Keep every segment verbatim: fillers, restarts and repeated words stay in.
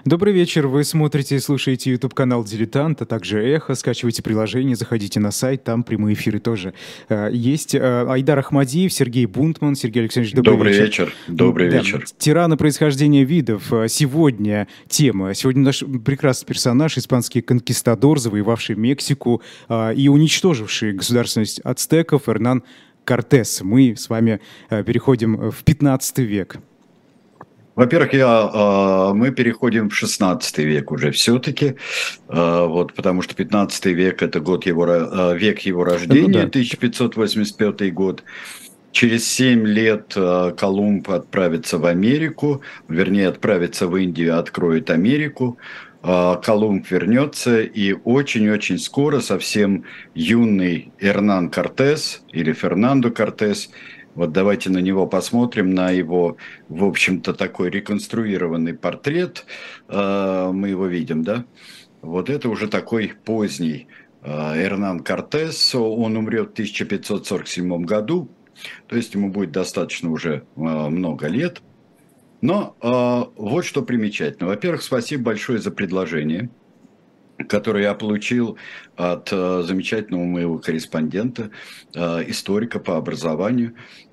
Добрый вечер. Вы смотрите и слушаете YouTube-канал «Дилетант», а также «Эхо». Скачивайте приложение, заходите на сайт, там прямые эфиры тоже э, есть. Э, Айдар Ахмадиев, Сергей Бунтман. Сергей Александрович, добрый, добрый вечер. вечер. Добрый да. вечер. Тираны происхождения видов. Сегодня тема. Сегодня наш прекрасный персонаж, испанский конкистадор, завоевавший Мексику э, и уничтоживший государственность ацтеков Эрнан Кортес. Мы с вами э, переходим в пятнадцатый век. Во-первых, я, мы переходим в шестнадцатый век уже все-таки, вот, потому что пятнадцатый век – это год его, век его рождения, ну, да. тысяча пятьсот восемьдесят пятый год. Через семь лет Колумб отправится в Америку, вернее, отправится в Индию, откроет Америку. Колумб вернется, и очень-очень скоро совсем юный Эрнан Кортес или Фернандо Кортес, вот давайте на него посмотрим, на его, в общем-то, такой реконструированный портрет. Мы его видим, да? Вот это уже такой поздний Эрнан Кортес. Он умрет в тысяча пятьсот сорок седьмом году, то есть ему будет достаточно уже много лет. Но вот что примечательно. Во-первых, спасибо большое за предложение, который я получил от замечательного моего корреспондента, историка по образованию,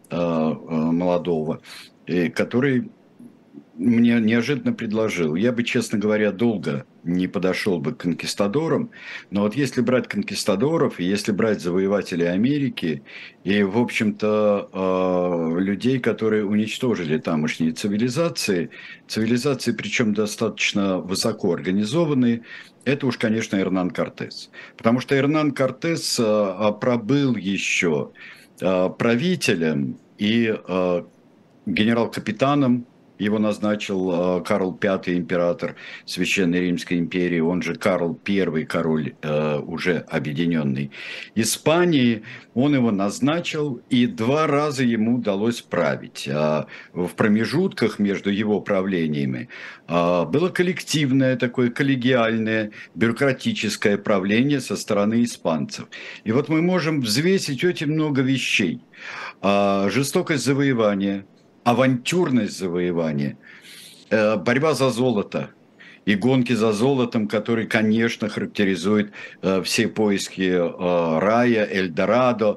молодого, который мне неожиданно предложил. Я бы, честно говоря, долго не подошел бы к конкистадорам, но вот если брать конкистадоров, и если брать завоевателей Америки, и, в общем-то, людей, которые уничтожили тамошние цивилизации, цивилизации, причем достаточно высоко организованные, это уж, конечно, Эрнан Кортес. Потому что Эрнан Кортес пробыл еще правителем и генерал-капитаном. Его назначил Карл Пятый, император Священной Римской империи, он же Карл Первый, король уже объединенной Испании. Он его назначил, и два раза ему удалось править. В промежутках между его правлениями было коллективное, такое коллегиальное, бюрократическое правление со стороны испанцев. И вот мы можем взвесить очень много вещей. Жестокость завоевания, авантюрность завоевания, борьба за золото и гонки за золотом, которые, конечно, характеризуют все поиски рая, Эльдорадо,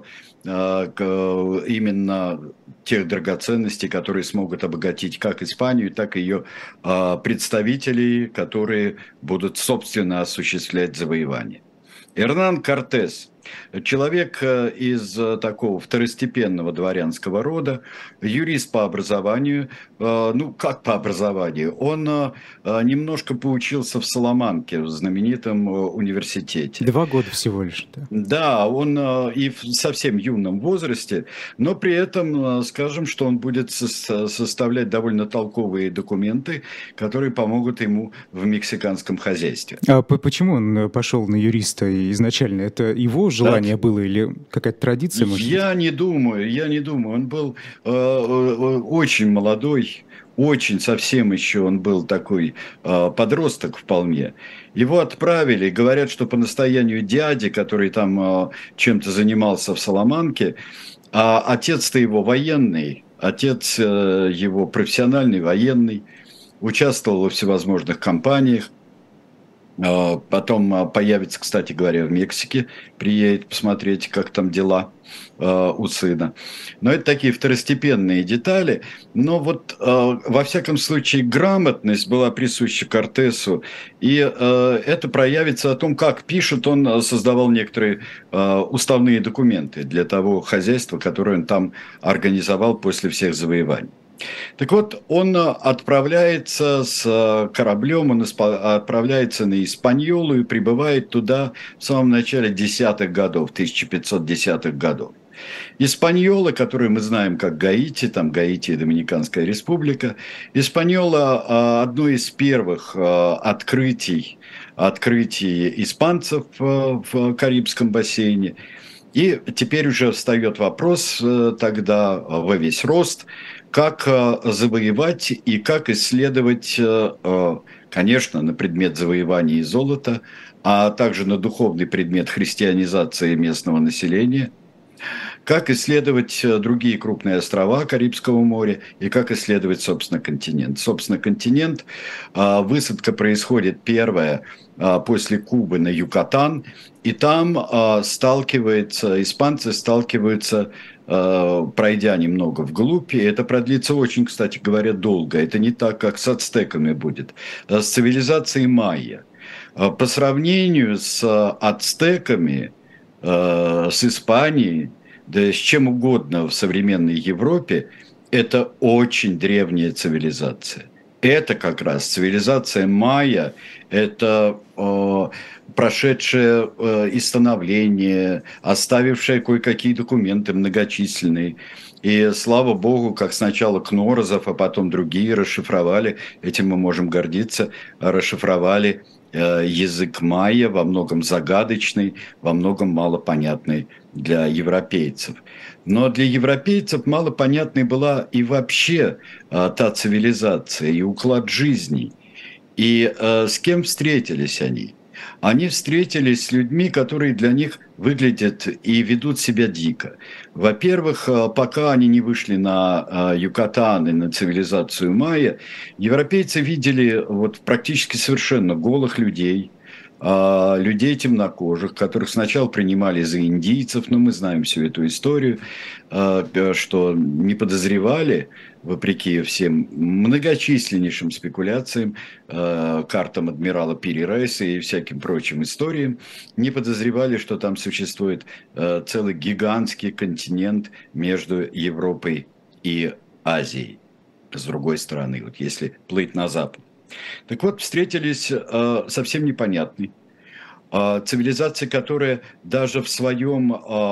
именно тех драгоценностей, которые смогут обогатить как Испанию, так и ее представителей, которые будут собственно осуществлять завоевание. Эрнан Кортес – человек из такого второстепенного дворянского рода, юрист по образованию. Ну, как по образованию? Он немножко поучился в Саламанке, в знаменитом университете. Два года всего лишь. Да, да, он и в совсем юном возрасте, но при этом, скажем, что он будет составлять довольно толковые документы, которые помогут ему в мексиканском хозяйстве. А почему он пошел на юриста изначально? Это его желание да. было или какая-то традиция? Может я быть? не думаю, я не думаю. Он был э, очень молодой, очень совсем еще он был такой э, подросток вполне. Его отправили, говорят, что по настоянию дяди, который там э, чем-то занимался в Саламанке, а отец-то его военный, отец э, его профессиональный военный, участвовал во всевозможных кампаниях. Потом появится, кстати говоря, в Мексике, приедет посмотреть, как там дела э, у сына. Но это такие второстепенные детали. Но вот, э, во всяком случае, грамотность была присуща Кортесу. И э, это проявится о том, как пишет, он создавал некоторые э, уставные документы для того хозяйства, которое он там организовал после всех завоеваний. Так вот, он отправляется с кораблем, он отправляется на Испаньолу и прибывает туда в самом начале десятых годов, тысяча пятьсот десятых годов. Испаньола, которую мы знаем как Гаити, там Гаити и Доминиканская республика, Испаньола – одно из первых открытий, открытий испанцев в Карибском бассейне. И теперь уже встает вопрос тогда во весь рост, как завоевать и как исследовать, конечно, на предмет завоевания и золота, а также на духовный предмет христианизации местного населения, как исследовать другие крупные острова Карибского моря и как исследовать, собственно, континент. Собственно, континент, высадка происходит первая после Кубы на Юкатан, и там сталкиваются, испанцы сталкиваются, пройдя немного вглубь, и это продлится очень, кстати говоря, долго. Это не так, как с ацтеками будет, а с цивилизацией майя. По сравнению с ацтеками, с Испанией, да с чем угодно в современной Европе, это очень древняя цивилизация. Это как раз цивилизация майя, это э, прошедшее э, и становление, оставившее кое-какие документы многочисленные. И слава богу, как сначала Кнорозов, а потом другие расшифровали, этим мы можем гордиться, расшифровали э, язык майя, во многом загадочный, во многом малопонятный для европейцев. Но для европейцев малопонятной была и вообще а, та цивилизация, и уклад жизни. И а, с кем встретились они? Они встретились с людьми, которые для них выглядят и ведут себя дико. Во-первых, пока они не вышли на Юкатан и на цивилизацию майя, европейцы видели вот практически совершенно голых людей, людей темнокожих, которых сначала принимали за индийцев, но мы знаем всю эту историю, что не подозревали, вопреки всем многочисленнейшим спекуляциям, картам адмирала Пири Райса и всяким прочим историям, не подозревали, что там существует целый гигантский континент между Европой и Азией, с другой стороны, вот если плыть на запад. Так вот, встретились э, совсем непонятной э, цивилизации, которая даже в своем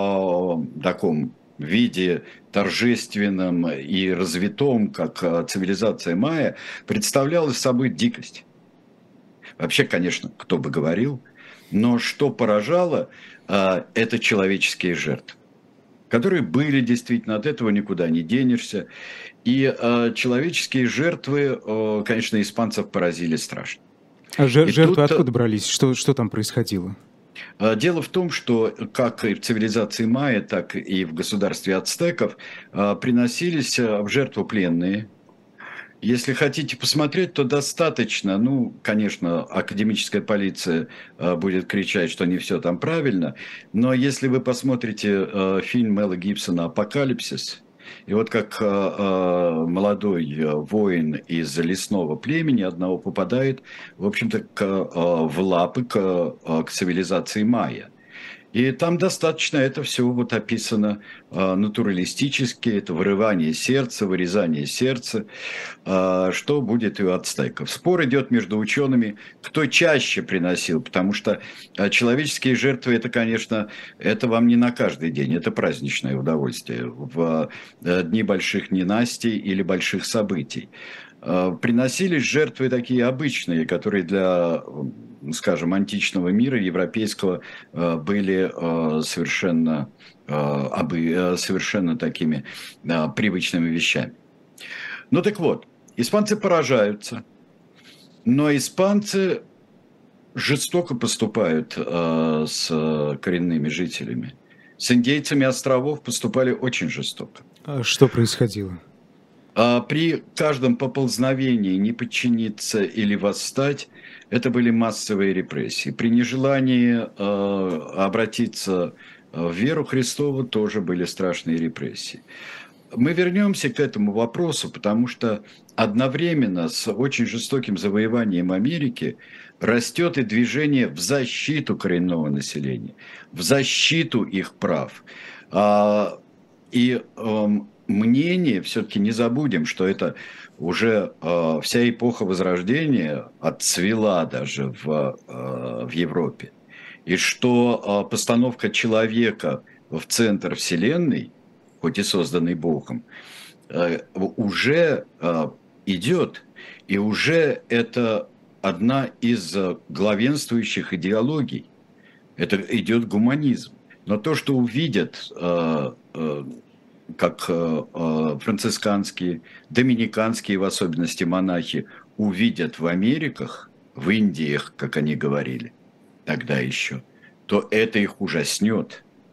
э, таком виде торжественном и развитом, как э, цивилизация майя, представляла собой дикость. Вообще, конечно, кто бы говорил, но что поражало, э, это человеческие жертвы, которые были действительно, от этого никуда не денешься. И э, человеческие жертвы, э, конечно, испанцев поразили страшно. А жер- И жертвы тут, откуда брались? Что, что там происходило? э, дело в том, что как и в цивилизации майя, так и в государстве ацтеков э, приносились в жертву пленные. Если хотите посмотреть, то достаточно, ну, конечно, академическая полиция э, будет кричать, что не все там правильно, но если вы посмотрите э, фильм Мэла Гибсона «Апокалипсис», и вот как э, э, молодой воин из лесного племени одного попадает, в общем-то, к, э, в лапы к, э, к цивилизации майя. И там достаточно это все вот описано э, натуралистически, это вырывание сердца, вырезание сердца, э, что будет и у ацтеков. Спор идет между учеными, кто чаще приносил, потому что э, человеческие жертвы, это, конечно, это вам не на каждый день, это праздничное удовольствие в э, дни больших ненастий или больших событий. Э, приносились жертвы такие обычные, которые для, скажем, античного мира, европейского, были совершенно, совершенно такими привычными вещами. Ну так вот, испанцы поражаются, но испанцы жестоко поступают с коренными жителями. С индейцами островов поступали очень жестоко. А что происходило? При каждом поползновении не подчиниться или восстать, это были массовые репрессии. При нежелании э, обратиться в веру Христову тоже были страшные репрессии. Мы вернемся к этому вопросу, потому что одновременно с очень жестоким завоеванием Америки растет и движение в защиту коренного населения, в защиту их прав. А, и э, мнение, все-таки не забудем, что это уже э, вся эпоха Возрождения отцвела даже в, э, в Европе. И что э, постановка человека в центр Вселенной, хоть и созданный Богом, э, уже э, идет. И уже это одна из главенствующих идеологий. Это идет гуманизм. Но то, что увидят э, э, как э, францисканские, доминиканские в особенности монахи увидят в Америках, в Индиях, как они говорили тогда еще, то это их ужаснет.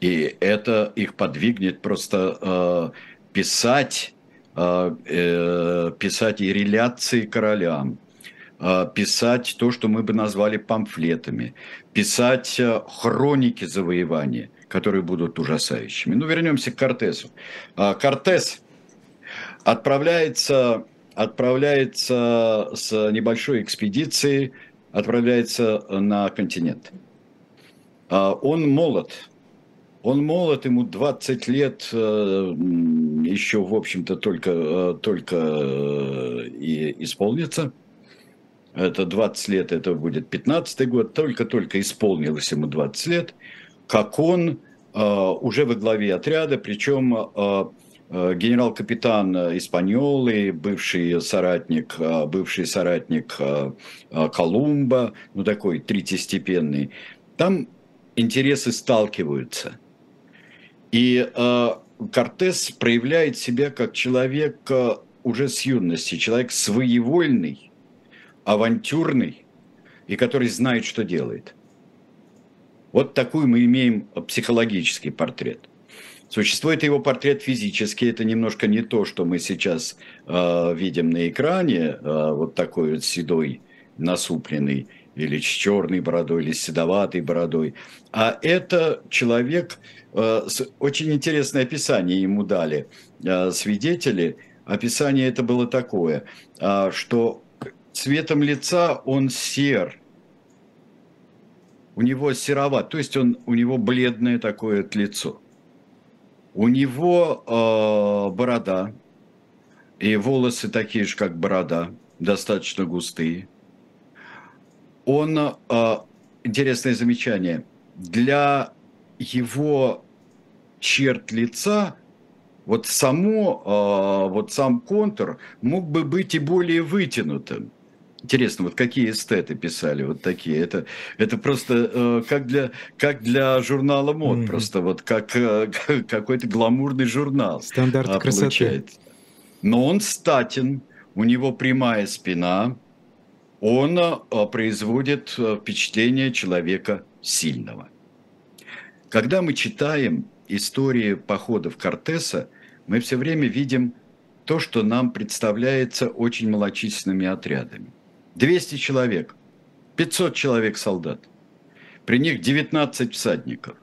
И это их подвигнет просто э, писать, э, э, писать и реляции королям, э, писать то, что мы бы назвали памфлетами, писать э, хроники завоевания, которые будут ужасающими. Ну, вернемся к Кортесу. А, Кортес отправляется, отправляется с небольшой экспедицией, отправляется на континент. А, Он молод. Он молод, ему двадцать лет, э, м, еще, в общем-то, только, э, только э, и исполнится. Это двадцать лет, это будет пятнадцатый год, только-только исполнилось ему двадцать лет, как он э, уже во главе отряда, причем э, э, генерал-капитан Испаньолы, бывший соратник, э, бывший соратник э, э, Колумба, ну такой третьестепенный, там интересы сталкиваются. И э, Кортес проявляет себя как человек э, уже с юности, человек своевольный, авантюрный и который знает, что делает. Вот такой мы имеем психологический портрет. Существует его портрет физический, это немножко не то, что мы сейчас э, видим на экране, э, вот такой вот седой, насупленный, или с черной бородой, или с седоватой бородой. А это человек, э, с, очень интересное описание ему дали э, свидетели. Описание это было такое, э, что цветом лица он сер, у него сероват, то есть он, у него бледное такое лицо. У него э, борода, и волосы такие же, как борода, достаточно густые. Он, э, интересное замечание, для его черт лица, вот, само, э, вот сам контур мог бы быть и более вытянутым. Интересно, вот какие эстеты писали вот такие. Это, это просто э, как, для, как для журнала мод, mm-hmm. просто вот как э, какой-то гламурный журнал. Стандарт э, красоты. Получается. Но он статен, у него прямая спина, он э, производит впечатление человека сильного. Когда мы читаем истории походов Кортеса, мы все время видим то, что нам представляется очень малочисленными отрядами. двести человек, пятьсот человек солдат, при них девятнадцать всадников,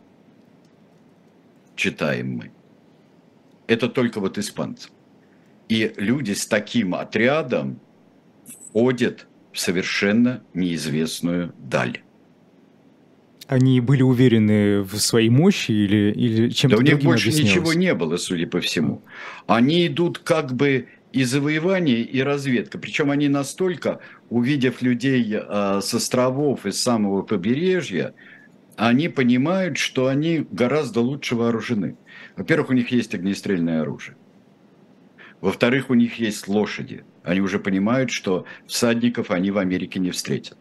читаем мы. Это только вот испанцы. И люди с таким отрядом входят в совершенно неизвестную даль. Они были уверены в своей мощи или, или чем-то другим? Да у них больше объяснялось? Ничего не было, судя по всему. Они идут как бы и завоевание, и разведка. Причем они настолько, увидев людей э, с островов и с самого побережья, они понимают, что они гораздо лучше вооружены. Во-первых, у них есть огнестрельное оружие. Во-вторых, у них есть лошади. Они уже понимают, что всадников они в Америке не встретят.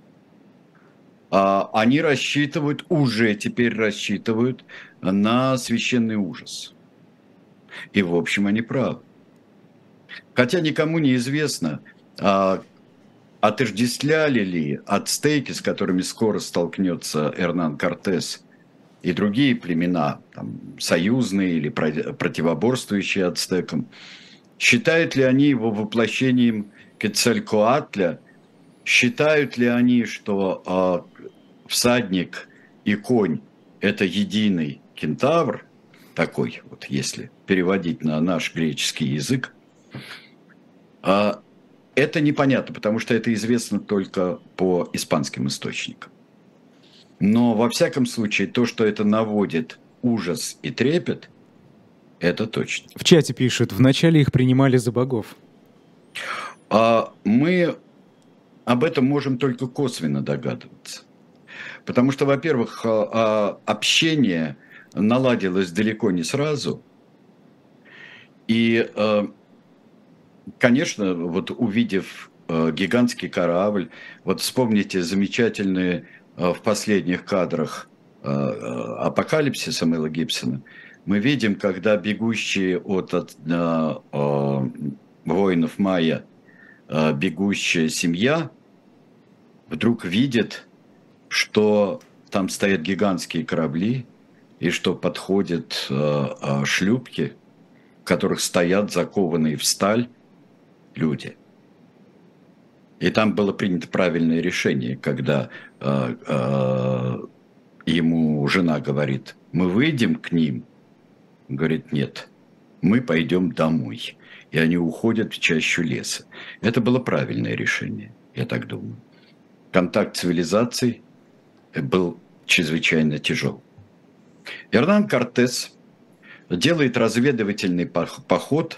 А они рассчитывают, уже теперь рассчитывают на священный ужас. И, в общем, они правы. Хотя никому не известно, а, отождествляли ли ацтеки, с которыми скоро столкнется Эрнан Кортес, и другие племена, там, союзные или противоборствующие ацтекам, считают ли они его воплощением Quetzalcoatl, считают ли они, что а, всадник и конь – это единый кентавр, такой вот, если переводить на наш греческий язык, а, это непонятно, потому что это известно только по испанским источникам. Но во всяком случае, то, что это наводит ужас и трепет, это точно. В чате пишут, вначале их принимали за богов. А мы об этом можем только косвенно догадываться. Потому что, во-первых, общение наладилось далеко не сразу. И, конечно, вот увидев гигантский корабль, вот вспомните замечательные в последних кадрах «Апокалипсиса» Мэла Гибсона, мы видим, когда бегущие от, от э, э, воинов майя, э, бегущая семья, вдруг видит, что там стоят гигантские корабли, и что подходят э, э, шлюпки, в которых стоят закованные в сталь люди. И там было принято правильное решение, когда э, э, ему жена говорит: мы выйдем к ним. Он говорит: нет, мы пойдем домой. И они уходят в чащу леса. Это было правильное решение, я так думаю. Контакт цивилизаций был чрезвычайно тяжел. Эрнан Кортес делает разведывательный поход.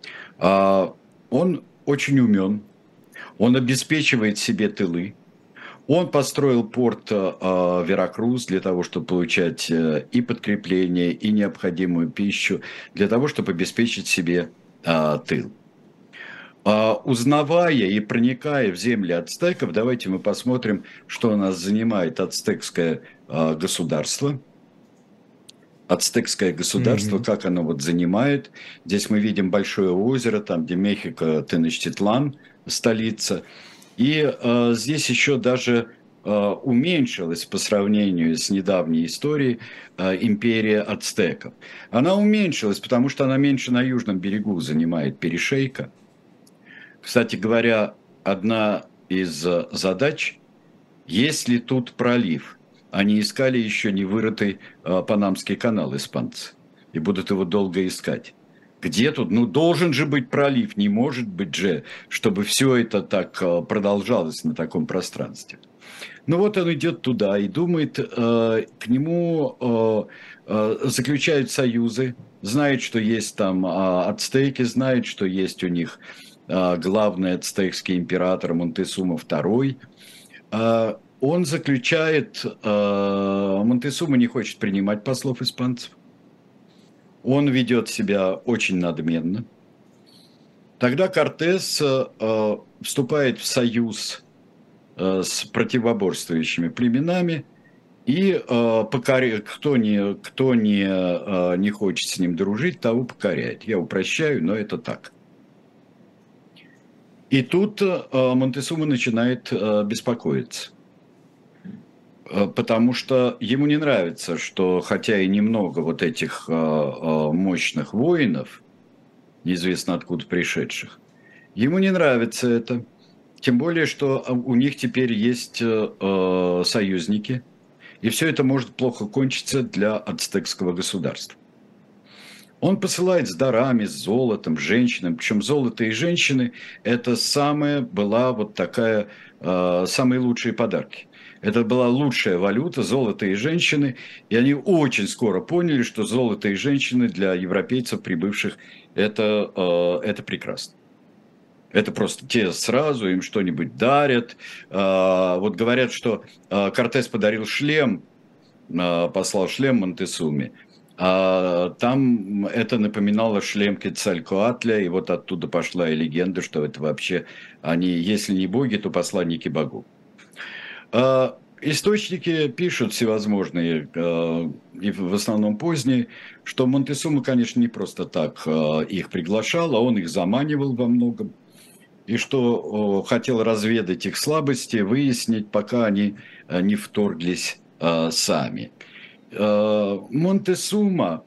Он очень умен, он обеспечивает себе тылы. Он построил порт Веракрус для того, чтобы получать и подкрепление, и необходимую пищу, для того, чтобы обеспечить себе тыл. Узнавая и проникая в земли ацтеков, давайте мы посмотрим, что у нас занимает ацтекское государство. Ацтекское государство, mm-hmm. как оно вот занимает. Здесь мы видим большое озеро, там, где Мехико, Теночтитлан, столица. И э, здесь еще даже э, уменьшилась по сравнению с недавней историей э, империя ацтеков. Она уменьшилась, потому что она меньше на южном берегу занимает перешейка. Кстати говоря, одна из задач, есть ли тут пролив. Они искали еще не вырытый э, Панамский канал, испанцы, и будут его долго искать. Где тут? Ну, должен же быть пролив, не может быть же, чтобы все это так э, продолжалось на таком пространстве. Ну вот он идет туда и думает, э, к нему э, э, заключают союзы, знает, что есть там э, ацтеки, знает, что есть у них э, главный ацтекский император Монтесума второй. Э, Он заключает, э, Монтесума не хочет принимать послов испанцев, он ведет себя очень надменно. Тогда Кортес э, вступает в союз э, с противоборствующими племенами, и э, покоря... кто, не, кто не, э, не хочет с ним дружить, того покоряет. Я упрощаю, но это так. И тут э, Монтесума начинает э, беспокоиться. Потому что ему не нравится, что хотя и немного вот этих мощных воинов, неизвестно откуда пришедших, ему не нравится это. Тем более, что у них теперь есть союзники, и все это может плохо кончиться для ацтекского государства. Он посылает с дарами, с золотом, женщинам, причем золото и женщины – это самая была вот такая, самые лучшие подарки. Это была лучшая валюта, золото и женщины, и они очень скоро поняли, что золото и женщины для европейцев, прибывших, это, это прекрасно. Это просто те сразу им что-нибудь дарят. Вот говорят, что Кортес подарил шлем, послал шлем Монтесуме, а там это напоминало шлем Кецалькоатля, и вот оттуда пошла и легенда, что это вообще они, если не боги, то посланники богов. Источники пишут всевозможные, и в основном поздние, что Монтесума, конечно, не просто так их приглашал, а он их заманивал во многом, и что хотел разведать их слабости, выяснить, пока они не вторглись сами. Монтесума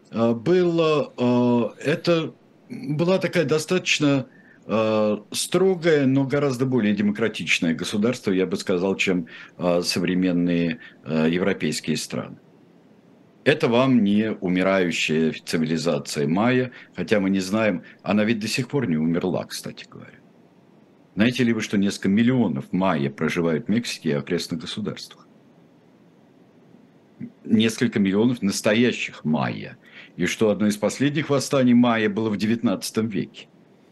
был, это была такая достаточно строгое, но гораздо более демократичное государство, я бы сказал, чем современные европейские страны. Это вам не умирающая цивилизация майя, хотя мы не знаем, она ведь до сих пор не умерла, кстати говоря. Знаете ли вы, что несколько миллионов майя проживают в Мексике и окрестных государствах? Несколько миллионов настоящих майя. И что одно из последних восстаний майя было в девятнадцатом веке.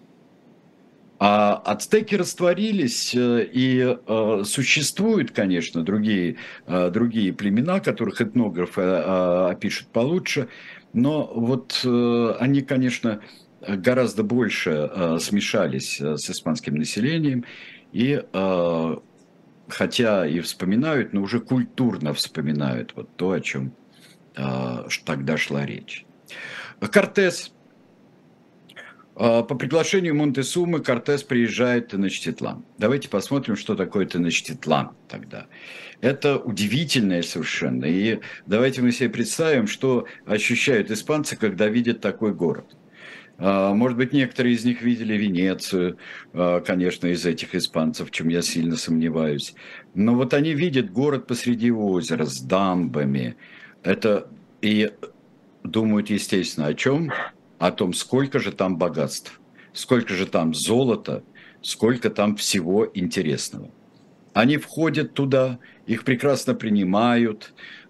А ацтеки растворились, и э, существуют, конечно, другие, э, другие племена, которых этнографы э, опишут получше, но вот э, они, конечно, гораздо больше э, смешались с испанским населением, и э, хотя и вспоминают, но уже культурно вспоминают вот то, о чем э, тогда шла речь. Кортес По приглашению Монтесумы Кортес приезжает в Теночтитлан. Давайте посмотрим, что такое Теночтитлан тогда. Это удивительное совершенно. И давайте мы себе представим, что ощущают испанцы, когда видят такой город. Может быть, некоторые из них видели Венецию, конечно, из этих испанцев, в чем я сильно сомневаюсь. Но вот они видят город посреди озера с дамбами. Это и думают, естественно, о чем? О том, сколько же там богатств, сколько же там золота, сколько там всего интересного. Они входят туда, их прекрасно принимают.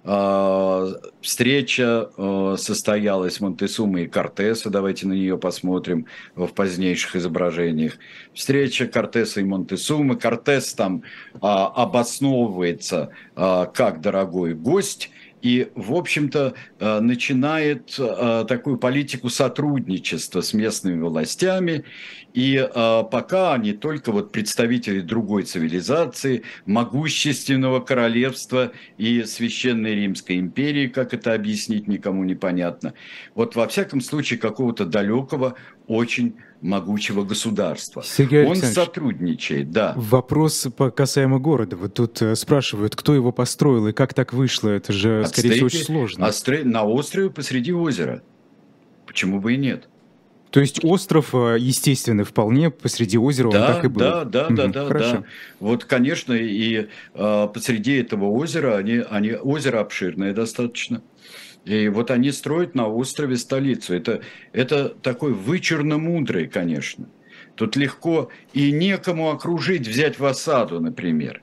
Встреча состоялась Монтесумы и Кортеса, давайте на нее посмотрим в позднейших изображениях. Встреча Кортеса и Монтесумы. Кортес там обосновывается как дорогой гость, и, в общем-то, начинает такую политику сотрудничества с местными властями. И пока они только вот представители другой цивилизации, могущественного королевства и Священной Римской империи, как это объяснить, никому непонятно. Вот во всяком случае какого-то далекого, очень могучего государства. Сергей Он Александрович, сотрудничает, да. Вопрос по касаемо города. Вот тут э, спрашивают, кто его построил и как так вышло. Это же, Ацтеки, скорее всего, очень сложно. Астре... На острове посреди озера. Почему бы и нет? То есть остров э, естественный вполне посреди озера, Да, он так и был. да, да, Мгм, да, да, хорошо. да. Вот, конечно, и э, посреди этого озера, они, они, озеро обширное достаточно. И вот они строят на острове столицу. Это, это такой вычурно мудрый, конечно. Тут легко и некому окружить, взять в осаду, например.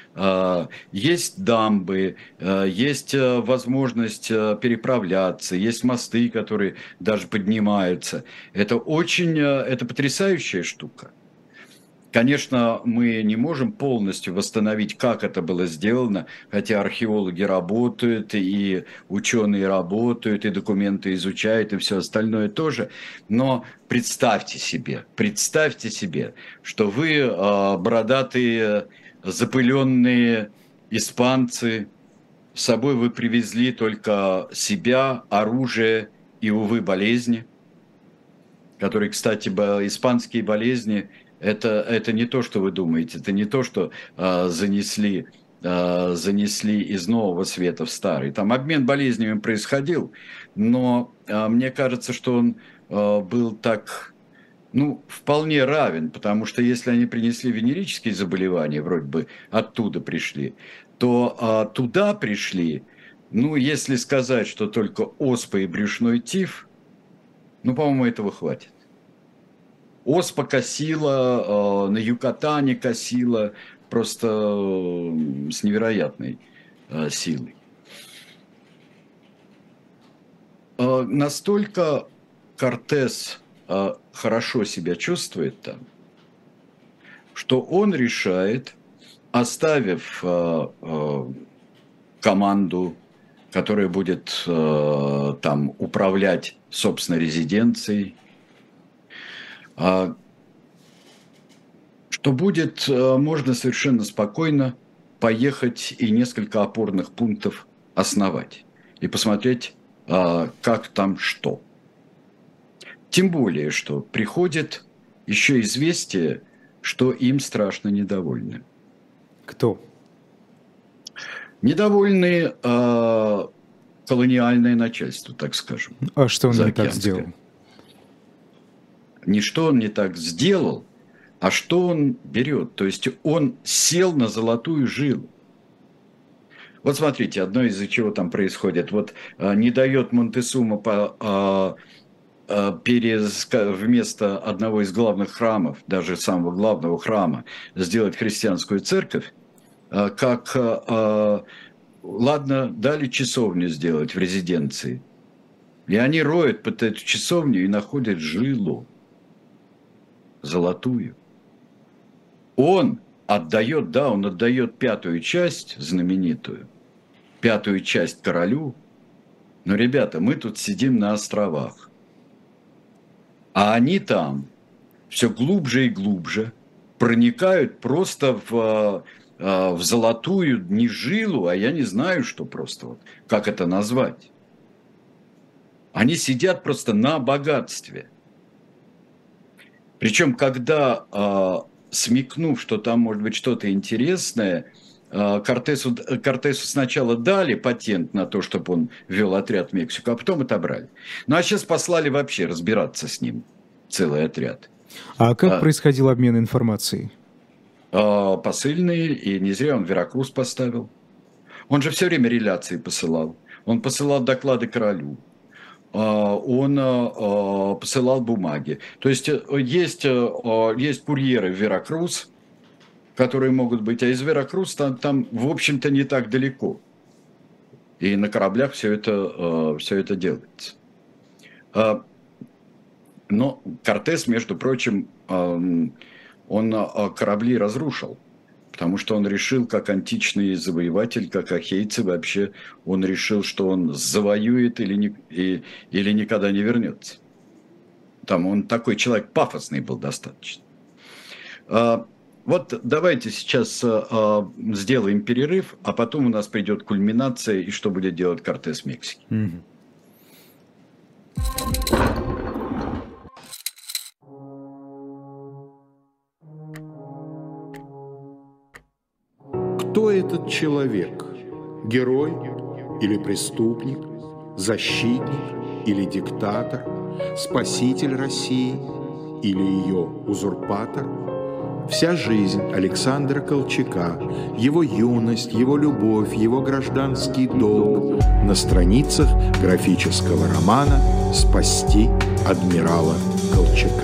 Есть дамбы, есть возможность переправляться, есть мосты, которые даже поднимаются. Это очень, это потрясающая штука. Конечно, мы не можем полностью восстановить, как это было сделано, хотя археологи работают, и ученые работают, и документы изучают, и все остальное тоже. Но представьте себе, представьте себе, что вы бородатые, запыленные испанцы, с собой вы привезли только себя, оружие и, увы, болезни, которые, кстати, испанские болезни – Это, это не то, что вы думаете, это не то, что э, занесли, э, занесли из нового света в старый. Там обмен болезнями происходил, но э, мне кажется, что он э, был так, ну, вполне равен, потому что если они принесли венерические заболевания, вроде бы оттуда пришли, то э, туда пришли, ну, если сказать, что только оспа и брюшной тиф, ну, по-моему, этого хватит. Оспа косила, на Юкатане косила, просто с невероятной силой. Настолько Кортес хорошо себя чувствует там, что он решает, оставив команду, которая будет там управлять, собственно, резиденцией, что будет можно совершенно спокойно поехать и несколько опорных пунктов основать и посмотреть, как там что. Тем более, что приходит еще известие, что им страшно недовольны. Кто? Недовольны э, колониальное начальство, так скажем. А что он не так сделал? Не что он не так сделал, а что он берет. То есть он сел на золотую жилу. Вот смотрите, одно из-за чего там происходит. Вот э, не дает Монтесума по, э, э, перез, вместо одного из главных храмов, даже самого главного храма, сделать христианскую церковь, э, как, э, ладно, дали часовню сделать в резиденции. И они роют под эту часовню и находят жилу золотую. Он отдает, да, он отдает пятую часть знаменитую, пятую часть королю. Но, ребята, мы тут сидим на островах, а они там все глубже и глубже проникают просто в, в золотую не жилу, а я не знаю, что просто, вот, как это назвать. Они сидят просто на богатстве. Причем, когда, смекнув, что там может быть что-то интересное, Кортесу, Кортесу сначала дали патент на то, чтобы он вел отряд в Мексику, а потом отобрали. Ну а сейчас послали вообще разбираться с ним, целый отряд. А как а, происходил обмен информацией? Посыльный, и не зря он Веракрус поставил. Он же все время реляции посылал. Он посылал доклады королю. Он посылал бумаги. То есть есть, есть курьеры в Веракрус, которые могут быть, а из Веракрус там, там в общем-то, не так далеко. И на кораблях все это, все это делается. Но Кортес, между прочим, он корабли разрушил, потому что он решил, как античный завоеватель, как ахейцы вообще, он решил, что он завоюет или, не, и, или никогда не вернется. Там он такой человек пафосный был достаточно. Вот давайте сейчас э, сделаем перерыв, а потом у нас придет кульминация, и что будет делать Кортес в Мексике. Mm-hmm. Кто этот человек? Герой или преступник? Защитник или диктатор? Спаситель России или ее узурпатор? Вся жизнь Александра Колчака, его юность, его любовь, его гражданский долг на страницах графического романа «Спасти адмирала Колчака».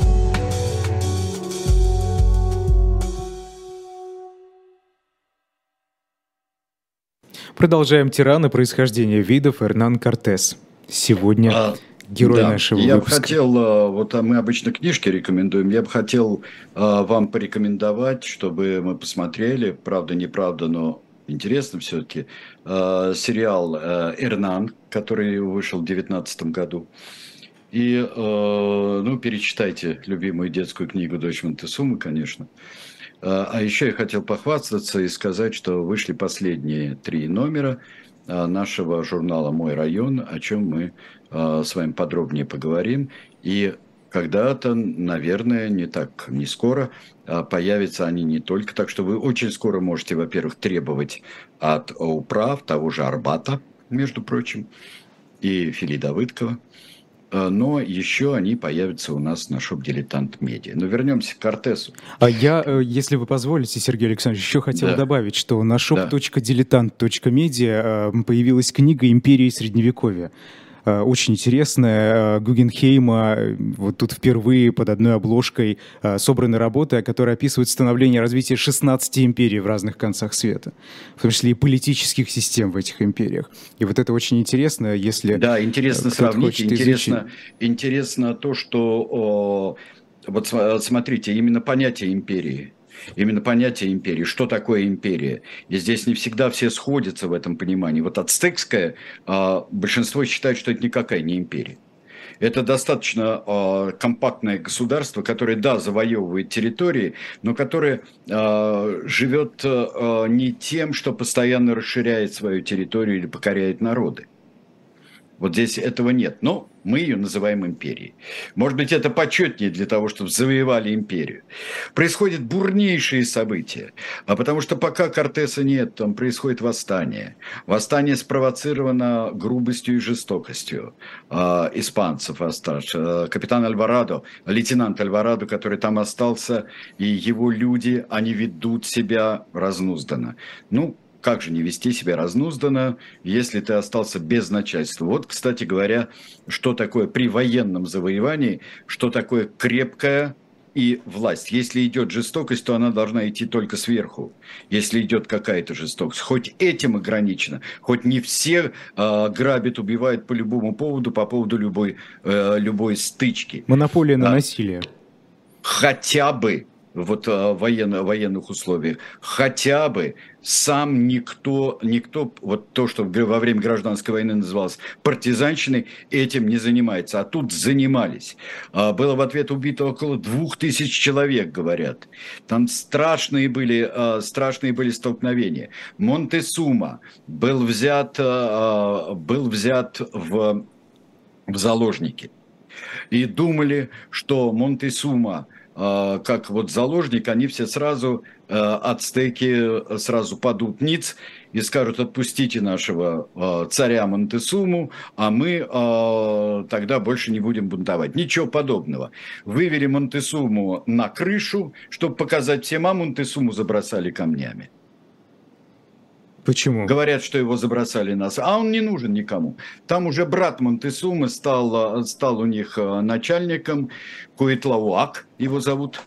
Продолжаем «Тираны. Происхождение видов» Эрнан Кортес. Сегодня... А... Герой да, нашего я выпуска. бы хотел, вот мы обычно книжки рекомендуем, я бы хотел вам порекомендовать, чтобы мы посмотрели, правда, неправда, но интересно все-таки, сериал «Эрнан», который вышел в две тысячи девятнадцатом году. И, ну, перечитайте любимую детскую книгу «Дочь Монтесумы», конечно. А еще я хотел похвастаться и сказать, что вышли последние три номера нашего журнала «Мой район», о чем мы с вами подробнее поговорим. И когда-то, наверное, не так, не скоро, появятся они не только. Так что вы очень скоро можете, во-первых, требовать от управ того же Арбата, между прочим, и Фили Давыдкова. Но еще они появятся у нас на шоп-дилетант медиа. Но вернемся к Кортесу. А я, если вы позволите, Сергей Александрович, еще хотел да. добавить, что на шоп точка дилетант точка медиа появилась книга «Империи Средневековья». Очень интересная, Гугенхейма, вот тут впервые под одной обложкой собраны работы, которые описывают становление и развитие шестнадцати империй в разных концах света, в том числе и политических систем в этих империях. И вот это очень интересно, если... Да, интересно сравнить, интересно, интересно то, что, о, вот смотрите, именно понятие империи, Именно понятие империи. Что такое империя? И здесь не всегда все сходятся в этом понимании. Вот ацтекская, большинство считает, что это никакая не империя. Это достаточно компактное государство, которое, да, завоевывает территории, но которое живет не тем, что постоянно расширяет свою территорию или покоряет народы. Вот здесь этого нет, но мы ее называем империей. Может быть, это почетнее для того, чтобы завоевали империю. Происходят бурнейшие события, а потому что пока Кортеса нет, там происходит восстание. Восстание спровоцировано грубостью и жестокостью э, испанцев. Э, капитан Альварадо, лейтенант Альварадо, который там остался, и его люди, они ведут себя разнузданно. Ну, как же не вести себя разнузданно, если ты остался без начальства? Вот, кстати говоря, что такое при военном завоевании, что такое крепкая и власть. Если идет жестокость, то она должна идти только сверху. Если идет какая-то жестокость, хоть этим ограничено, хоть не все э, грабят, убивают по любому поводу, по поводу любой, э, любой стычки. Монополия на а, насилие. Хотя бы. Вот в военно, военных условиях, хотя бы сам никто, никто, вот то, что во время гражданской войны называлось партизанщиной, этим не занимается. А тут занимались. Было в ответ убито около двух тысяч человек, говорят. Там страшные были, страшные были столкновения. Монтесума был взят, был взят в, в заложники. И думали, что Монтесума, э, как вот заложник, они все сразу, э, ацтеки, э, сразу падут ниц и скажут: отпустите нашего э, царя Монтесуму, а мы э, тогда больше не будем бунтовать. Ничего подобного. Вывели Монтесуму на крышу, чтобы показать всем, а Монтесуму забросали камнями. Почему? Говорят, что его забросали нас, а он не нужен никому. Там уже брат Монтесумы стал, стал у них начальником, Куитлауак его зовут,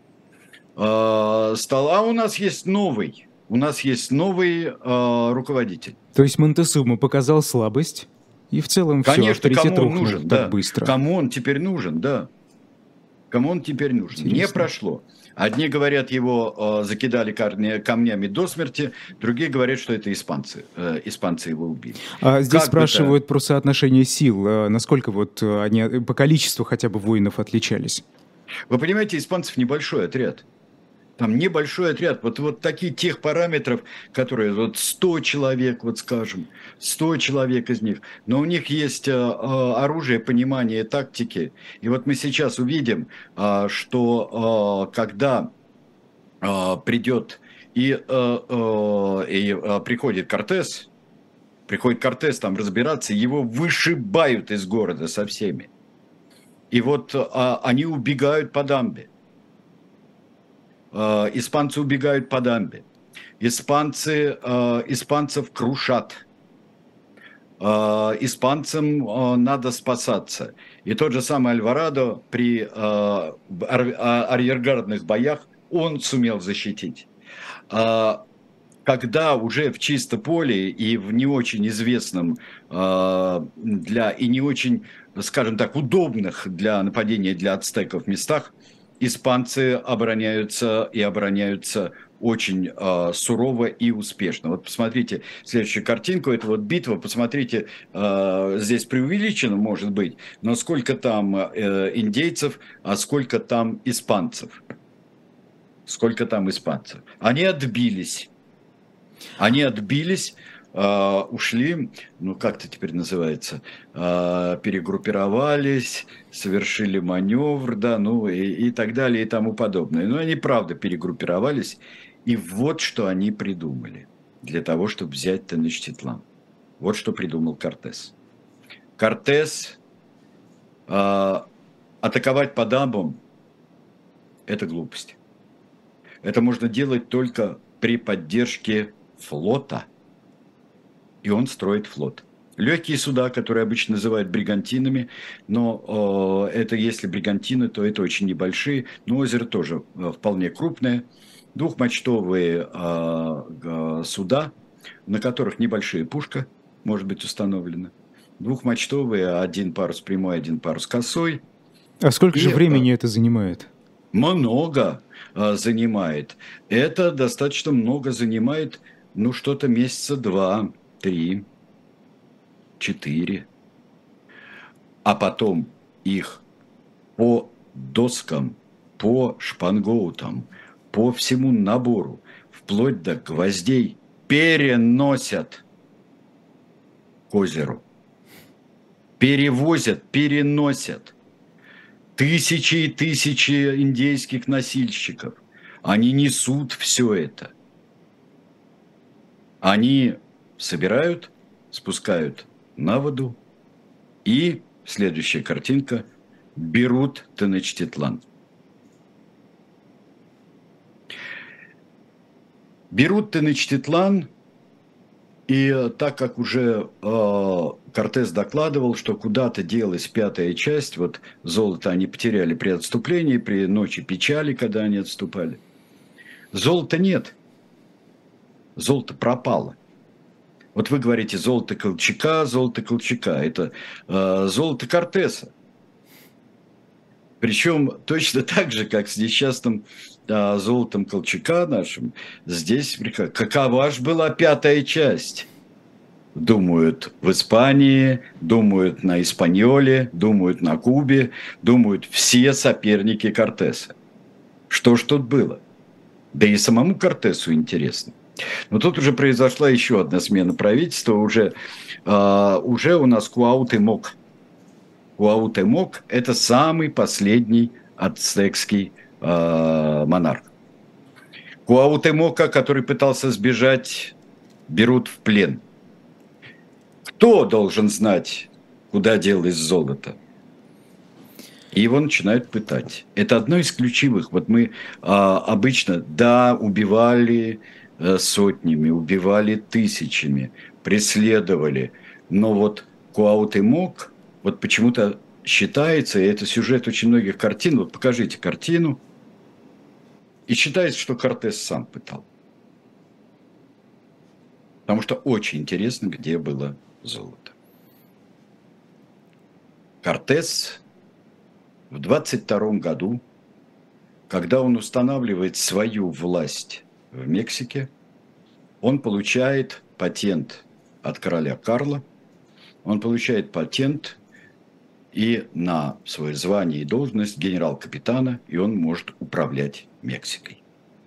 стал. А у нас есть новый, у нас есть новый руководитель. То есть Монтесума показал слабость, и в целом все, Конечно, авторитет кому он рухнул нужен, так да. быстро. Кому он теперь нужен, да. Кому он теперь нужен? Интересно. Не прошло. Одни говорят, его э, закидали камнями до смерти, другие говорят, что это испанцы. Э, испанцы его убили. А здесь Как спрашивают это... про соотношение сил. А насколько вот они по количеству хотя бы воинов отличались? Вы понимаете, испанцев небольшой отряд. Там небольшой отряд, вот, вот такие тех параметров, которые вот сто человек, вот скажем, сто человек из них, но у них есть э, оружие, понимание тактики. И вот мы сейчас увидим, э, что э, когда э, придет и, э, э, и э, приходит Кортес, приходит Кортес там разбираться, его вышибают из города со всеми. И вот э, они убегают по дамбе. Испанцы убегают по дамбе. Испанцы, э, испанцев крушат. Э, испанцам э, надо спасаться. И тот же самый Альварадо при э, арьергардных боях он сумел защитить. Э, когда уже в чисто поле и в не очень известном э, для, и не очень, скажем так, удобных для нападения для ацтеков местах, испанцы обороняются и обороняются очень э, сурово и успешно. Вот посмотрите следующую картинку, это вот битва, посмотрите, э, здесь преувеличено, может быть, но сколько там э, индейцев, а сколько там испанцев. Сколько там испанцев. Они отбились. Они отбились, Uh, ушли, ну как это теперь называется, uh, перегруппировались, совершили маневр, да, ну и, и так далее и тому подобное. Но они правда перегруппировались, и вот что они придумали для того, чтобы взять Теночтитлан. Вот что придумал Кортес. Кортес uh, атаковать по дамбам – это глупость. Это можно делать только при поддержке флота. И он строит флот. Легкие суда, которые обычно называют бригантинами, но э, это если бригантины, то это очень небольшие, но озеро тоже э, вполне крупное. Двухмачтовые э, э, суда, на которых небольшая пушка может быть установлена. Двухмачтовые, один парус прямой, один парус косой. А сколько И, же времени э, это занимает? Много э, занимает. Это достаточно много занимает, ну что-то месяца два. Три, четыре, а потом их по доскам, по шпангоутам, по всему набору, вплоть до гвоздей переносят к озеру. Перевозят, переносят. Тысячи и тысячи индейских носильщиков. Они несут все это. Они собирают, спускают на воду и, следующая картинка, берут Теночтитлан. Берут Теночтитлан, и так как уже э, Кортес докладывал, что куда-то делась пятая часть, вот золото они потеряли при отступлении, при ночи печали, когда они отступали. Золота нет. Золото пропало. Вот вы говорите золото Колчака, золото Колчака. Это э, золото Кортеса. Причем точно так же, как с несчастным э, золотом Колчака нашим, здесь какова же была пятая часть? Думают в Испании, думают на Испаньоле, думают на Кубе, думают все соперники Кортеса. Что ж тут было? Да и самому Кортесу интересно. Но тут уже произошла еще одна смена правительства. Уже, э, уже у нас Куаутемок. Куаутемок – это самый последний ацтекский э, монарх. Куаутемока, который пытался сбежать, берут в плен. Кто должен знать, куда делось золото? И его начинают пытать. Это одно из ключевых. Вот мы а, обычно, да, убивали а, сотнями, убивали тысячами, преследовали. Но вот Куаутемок, вот почему-то считается, и это сюжет очень многих картин, вот покажите картину, и считается, что Кортес сам пытал. Потому что очень интересно, где было золото. Кортес в двадцать втором году, когда он устанавливает свою власть в Мексике, он получает патент от короля Карла, он получает патент и на свое звание и должность генерал-капитана, и он может управлять Мексикой.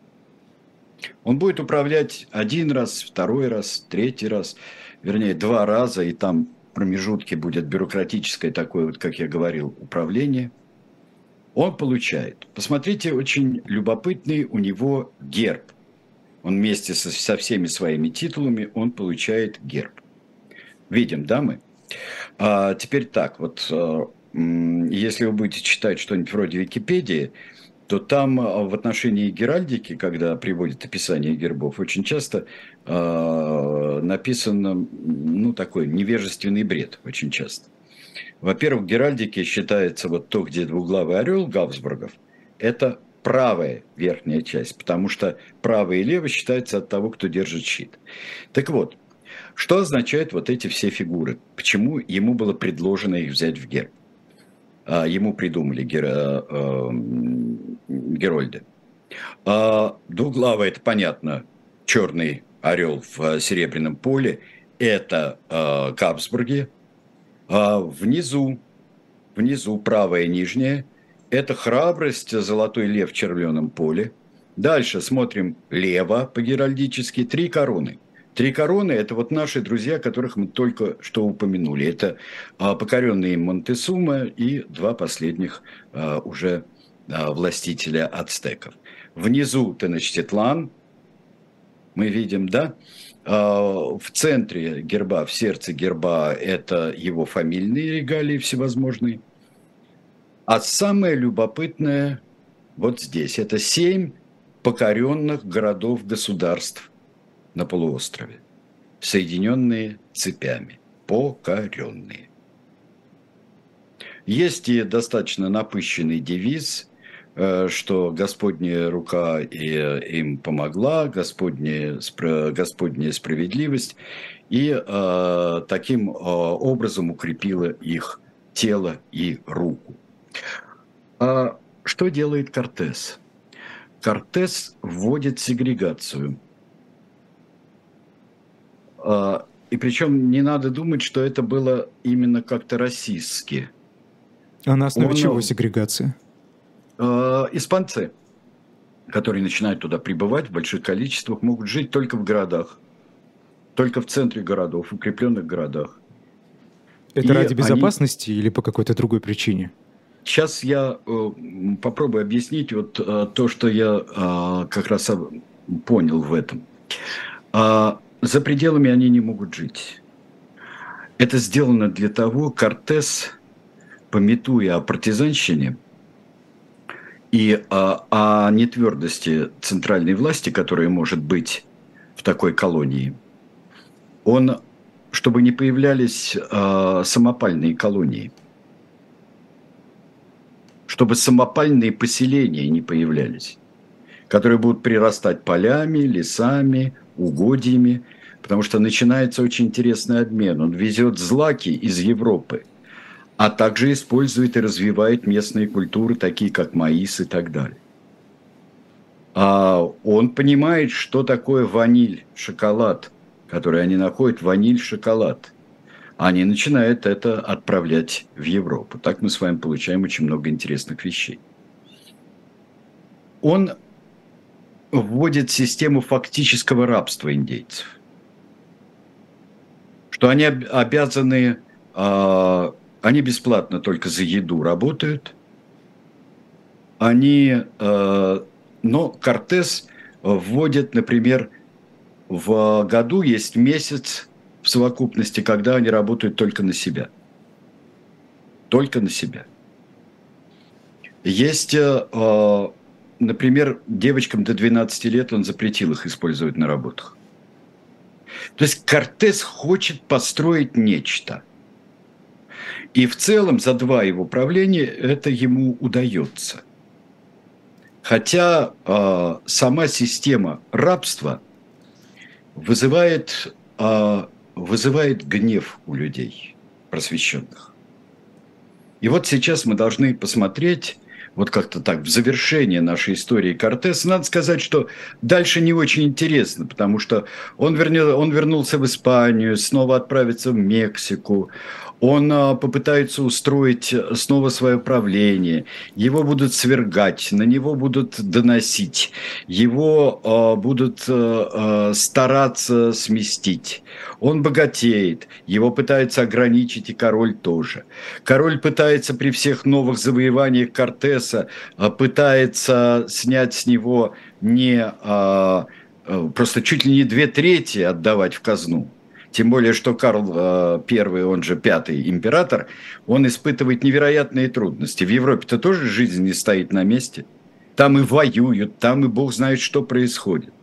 Он будет управлять один раз, второй раз, третий раз, вернее, два раза, и там в промежутке будет бюрократическое такое, вот, как я говорил, управление. Он получает. Посмотрите, очень любопытный у него герб. Он вместе со, со всеми своими титулами, он получает герб. Видим, да, мы? А теперь так, вот, если вы будете читать что-нибудь вроде Википедии, то там в отношении геральдики, когда приводят описание гербов, очень часто э, написано, ну, такой невежественный бред, очень часто. Во-первых, в геральдике считается вот то, где двуглавый орел Габсбургов, это правая верхняя часть, потому что правая и левая считается от того, кто держит щит. Так вот, что означают вот эти все фигуры? Почему ему было предложено их взять в герб? А, ему придумали гер... а, Герольды. А, двуглавый, это понятно, черный орел в серебряном поле, это а, Габсбурги. А внизу, внизу правая нижняя, это храбрость, золотой лев в червленом поле. Дальше смотрим лево по-геральдически, три короны. Три короны – это вот наши друзья, которых мы только что упомянули. Это а, покоренные Монтесума и два последних а, уже а, властителя ацтеков. Внизу Теночтитлан, мы видим, да? А, в центре герба, в сердце герба – это его фамильные регалии всевозможные. А самое любопытное вот здесь – это семь покоренных городов-государств на полуострове, соединенные цепями, покоренные. Есть и достаточно напыщенный девиз, что Господняя рука им помогла, Господняя, Господняя справедливость, и таким образом укрепила их тело и руку. А что делает Кортес? Кортес вводит сегрегацию. И причем не надо думать, что это было именно как-то расистски. А на основе Он, чего сегрегация? Э, испанцы, которые начинают туда прибывать в больших количествах, могут жить только в городах. Только в центре городов, в укрепленных городах. Это И ради безопасности они... или по какой-то другой причине? Сейчас я э, попробую объяснить вот э, то, что я э, как раз понял в этом. Э, за пределами они не могут жить. Это сделано для того, Кортес, памятуя о партизанщине и о, о нетвердости центральной власти, которая может быть в такой колонии, он, чтобы не появлялись э, самопальные колонии, чтобы самопальные поселения не появлялись, которые будут прирастать полями, лесами, угодьями, потому что начинается очень интересный обмен. Он везет злаки из Европы, а также использует и развивает местные культуры, такие как маис и так далее. А он понимает, что такое ваниль, шоколад, который они находят, ваниль, шоколад. Они начинают это отправлять в Европу. Так мы с вами получаем очень много интересных вещей. Он вводит систему фактического рабства индейцев, что они обязаны э, Они бесплатно только за еду работают. Они, э, но Кортес вводит, например, в году есть месяц в совокупности, когда они работают только на себя. Только на себя. Есть, э, например, девочкам до двенадцати лет он запретил их использовать на работах. То есть Кортес хочет построить нечто. И в целом за два его правления это ему удается. Хотя э, сама система рабства вызывает, э, вызывает гнев у людей просвещенных. И вот сейчас мы должны посмотреть, вот как-то так, в завершение нашей истории Кортеса, надо сказать, что дальше не очень интересно, потому что он, вернел, он вернулся в Испанию, снова отправится в Мексику, он а, попытается устроить снова свое правление, его будут свергать, на него будут доносить, его а, будут а, стараться сместить. Он богатеет, его пытаются ограничить, и король тоже. Король пытается при всех новых завоеваниях Кортеса, а, пытается снять с него не а, просто чуть ли не две трети отдавать в казну. Тем более, что Карл Первый, он же пятый император, он испытывает невероятные трудности. В Европе-то тоже жизнь не стоит на месте. Там и воюют, там и бог знает, что происходит.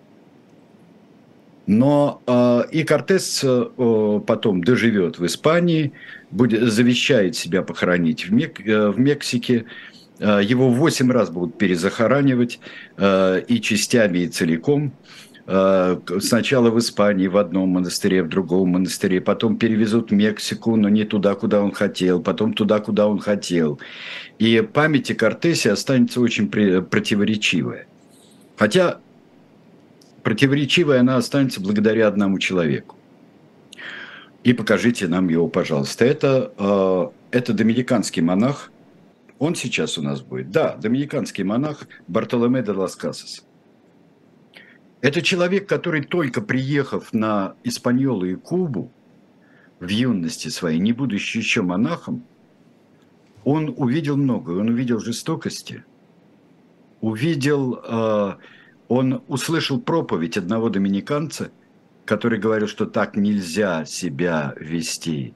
Но э, и Кортес э, потом доживет в Испании, будет, завещает себя похоронить в, Мек, э, в Мексике. Э, его восемь раз будут перезахоранивать э, и частями, и целиком. Сначала в Испании в одном монастыре, в другом монастыре, потом перевезут в Мексику, но не туда, куда он хотел, потом туда, куда он хотел. И память о Кортесе останется очень противоречивая. Хотя противоречивая она останется благодаря одному человеку. И покажите нам его, пожалуйста. Это, это доминиканский монах. Он сейчас у нас будет. Да, доминиканский монах Бартоломе де лас Касас. Это человек, который, только приехав на Испаньолу и Кубу в юности своей, не будучи еще монахом, он увидел многое. Он увидел жестокости, увидел, э, он услышал проповедь одного доминиканца, который говорил, что так нельзя себя вести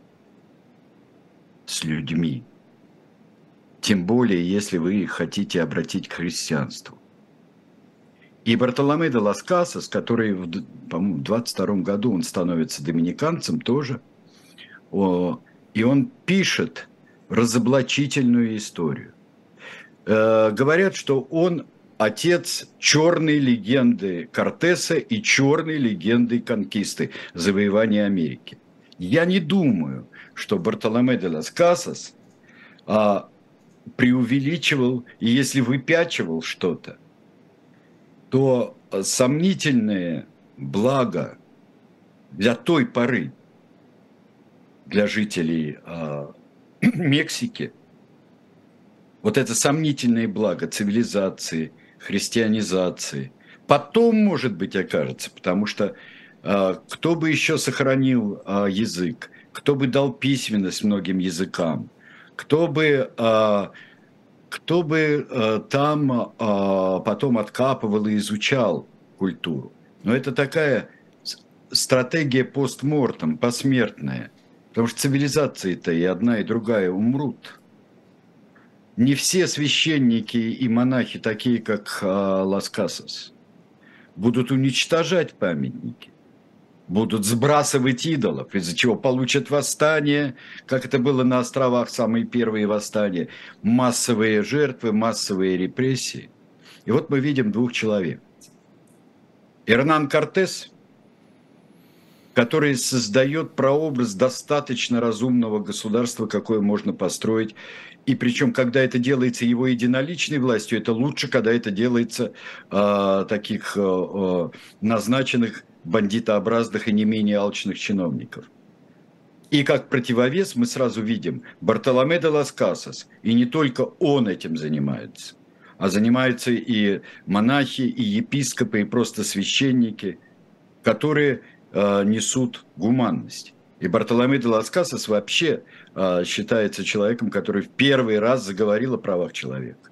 с людьми, тем более, если вы их хотите обратить к христианству. И Бартоломе де лас Касас, который, по-моему, в двадцать втором году он становится доминиканцем тоже, и он пишет разоблачительную историю. Говорят, что он отец черной легенды Кортеса и черной легенды конкисты, завоевания Америки. Я не думаю, что Бартоломе де лас Касас преувеличивал и если выпячивал что-то, то сомнительное благо для той поры, для жителей э, Мексики, вот это сомнительное благо цивилизации, христианизации, потом, может быть, окажется, потому что э, кто бы еще сохранил э, язык, кто бы дал письменность многим языкам, кто бы... Э, Кто бы э, там э, потом откапывал и изучал культуру. Но это такая стратегия постмортем, посмертная. Потому что цивилизации-то и одна, и другая умрут. Не все священники и монахи, такие как э, Лас Касас, будут уничтожать памятники. Будут сбрасывать идолов, из-за чего получат восстание, как это было на островах, самые первые восстания, массовые жертвы, массовые репрессии. И вот мы видим двух человек. Эрнан Кортес, который создает прообраз достаточно разумного государства, какое можно построить. И причем, когда это делается его единоличной властью, это лучше, когда это делается э, таких э, назначенных бандитообразных и не менее алчных чиновников. И как противовес мы сразу видим Бартоломе де лас Касас. И не только он этим занимается, а занимаются и монахи, и епископы, и просто священники, которые э, несут гуманность. И Бартоломей де лас Касас вообще а, считается человеком, который в первый раз заговорил о правах человека.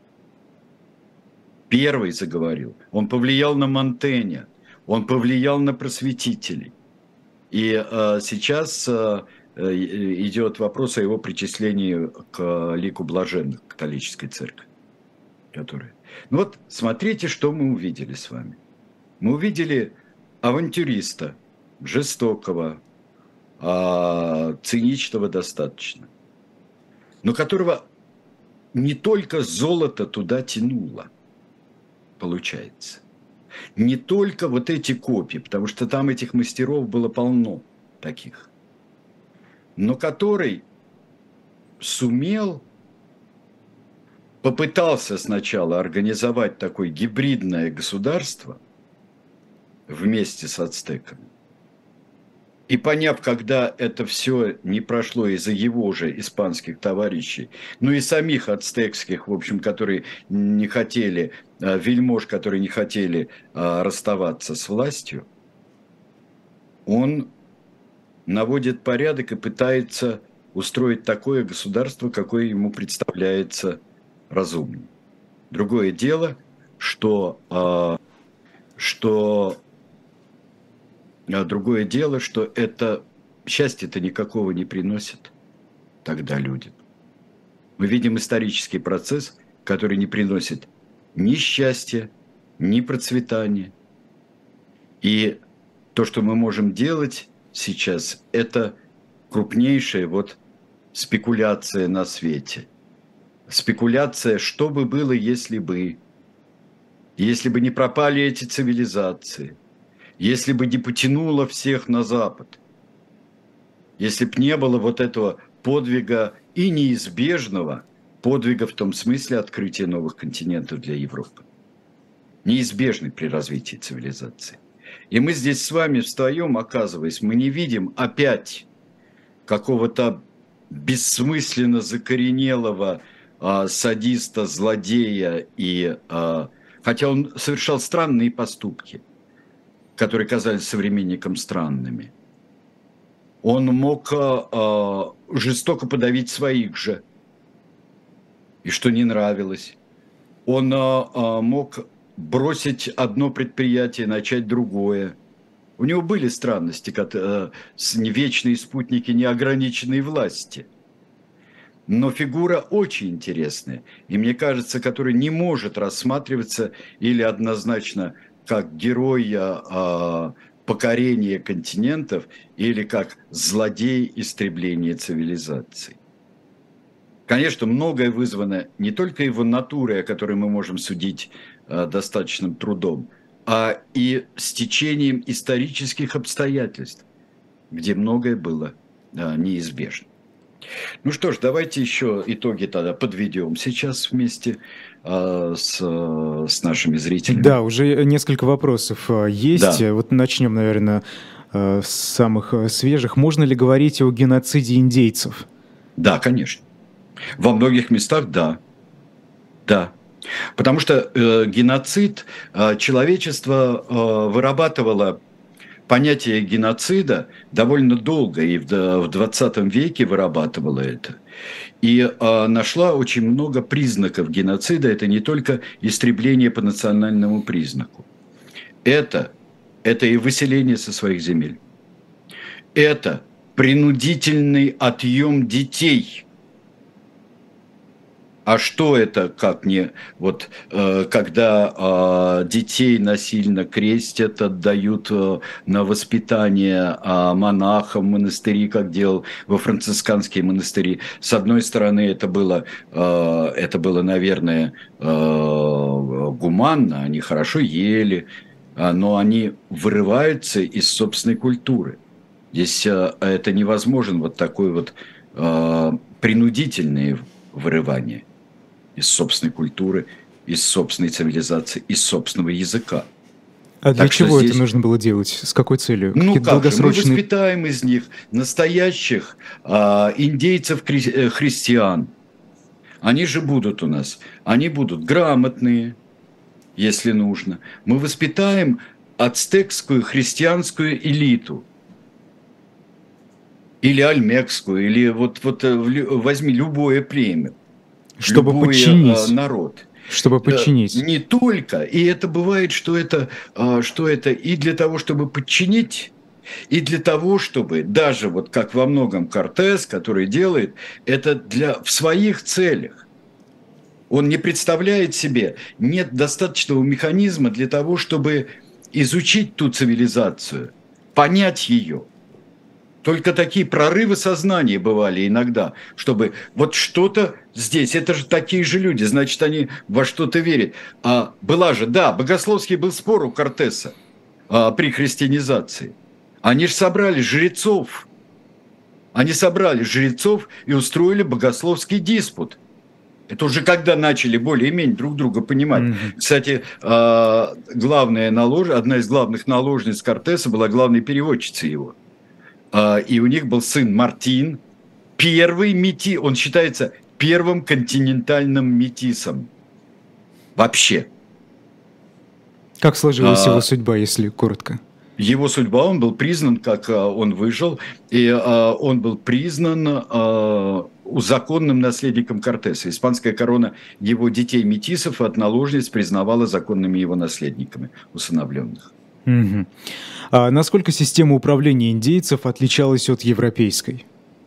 Первый заговорил. Он повлиял на Монтэня, он повлиял на просветителей. И а, сейчас а, идет вопрос о его причислении к лику блаженных католической церкви. Которая... Ну вот, смотрите, что мы увидели с вами. Мы увидели авантюриста, жестокого, а, циничного достаточно, но которого не только золото туда тянуло, получается. Не только вот эти копии, потому что там этих мастеров было полно таких, но который сумел, попытался сначала организовать такое гибридное государство вместе с ацтеками. И поняв, когда это все не прошло из-за его же испанских товарищей, ну и самих ацтекских, в общем, которые не хотели, вельмож, которые не хотели расставаться с властью, он наводит порядок и пытается устроить такое государство, какое ему представляется разумным. Другое дело, что, что Другое дело, что это счастья-то никакого не приносит тогда людям. Мы видим исторический процесс, который не приносит ни счастья, ни процветания. И то, что мы можем делать сейчас, это крупнейшая вот спекуляция на свете. Спекуляция, что бы было, если бы, если бы не пропали эти цивилизации. Если бы не потянуло всех на Запад, если бы не было вот этого подвига и неизбежного подвига в том смысле открытия новых континентов для Европы, неизбежный при развитии цивилизации. И мы здесь с вами встаем, оказываясь, мы не видим опять какого-то бессмысленно закоренелого а, садиста, злодея, и, а, хотя он совершал странные поступки, которые казались современникам странными. Он мог э, жестоко подавить своих же, и что не нравилось. Он э, мог бросить одно предприятие, начать другое. У него были странности, как, э, вечные спутники неограниченной власти. Но фигура очень интересная, и мне кажется, которая не может рассматриваться или однозначно как герой а, покорения континентов или как злодей истребления цивилизаций. Конечно, многое вызвано не только его натурой, о которой мы можем судить а, достаточным трудом, а и стечением исторических обстоятельств, где многое было а, неизбежно. Ну что ж, давайте еще итоги тогда подведем сейчас вместе э, с, с нашими зрителями. Да, уже несколько вопросов есть. Да. Вот начнем, наверное, с самых свежих. Можно ли говорить о геноциде индейцев? Да, конечно. Во многих местах да. Да. Потому что э, геноцид, э, человечество э, вырабатывало понятие геноцида довольно долго, и в двадцатом веке вырабатывала это. И а, нашла очень много признаков геноцида. Это не только истребление по национальному признаку. Это, это и выселение со своих земель. Это принудительный отъем детей. А что это, как не, вот, э, когда э, детей насильно крестят, отдают э, на воспитание э, монахам в монастыри, как делал во францисканские монастыри. С одной стороны, это было, э, это было, наверное, э, гуманно, они хорошо ели, э, но они вырываются из собственной культуры. Здесь э, это невозможен вот такой вот э, принудительное вырывание из собственной культуры, из собственной цивилизации, из собственного языка. А для так чего здесь... это нужно было делать? С какой целью? Ну как долгосрочные... же, мы воспитаем из них настоящих а, индейцев-христиан. Они же будут у нас. Они будут грамотные, если нужно. Мы воспитаем ацтекскую христианскую элиту. Или альмекскую, или вот, вот возьми любое племя, чтобы любой подчинить. народ. Чтобы подчинить. Не только, и это бывает, что это, что это и для того, чтобы подчинить, и для того, чтобы, даже вот как во многом Кортес, который делает, это для, в своих целях. Он не представляет себе, нет достаточного механизма для того, чтобы изучить ту цивилизацию, понять ее. Только такие прорывы сознания бывали иногда, чтобы вот что-то здесь, это же такие же люди, значит, они во что-то верят. А была же, да, богословский был спор у Кортеса а, при христианизации. Они же собрали жрецов, они собрали жрецов и устроили богословский диспут. Это уже когда начали более-менее друг друга понимать. Mm-hmm. Кстати, главная налож... одна из главных наложниц Кортеса была главной переводчицей его. И у них был сын Мартин, первый метис, он считается первым континентальным метисом вообще. Как сложилась а, его судьба, если коротко? Его судьба, он был признан, как он выжил, и он был признан законным наследником Кортеса. Испанская корона его детей-метисов от наложниц признавала законными его наследниками, усыновленных. Угу. А насколько система управления индейцев отличалась от европейской?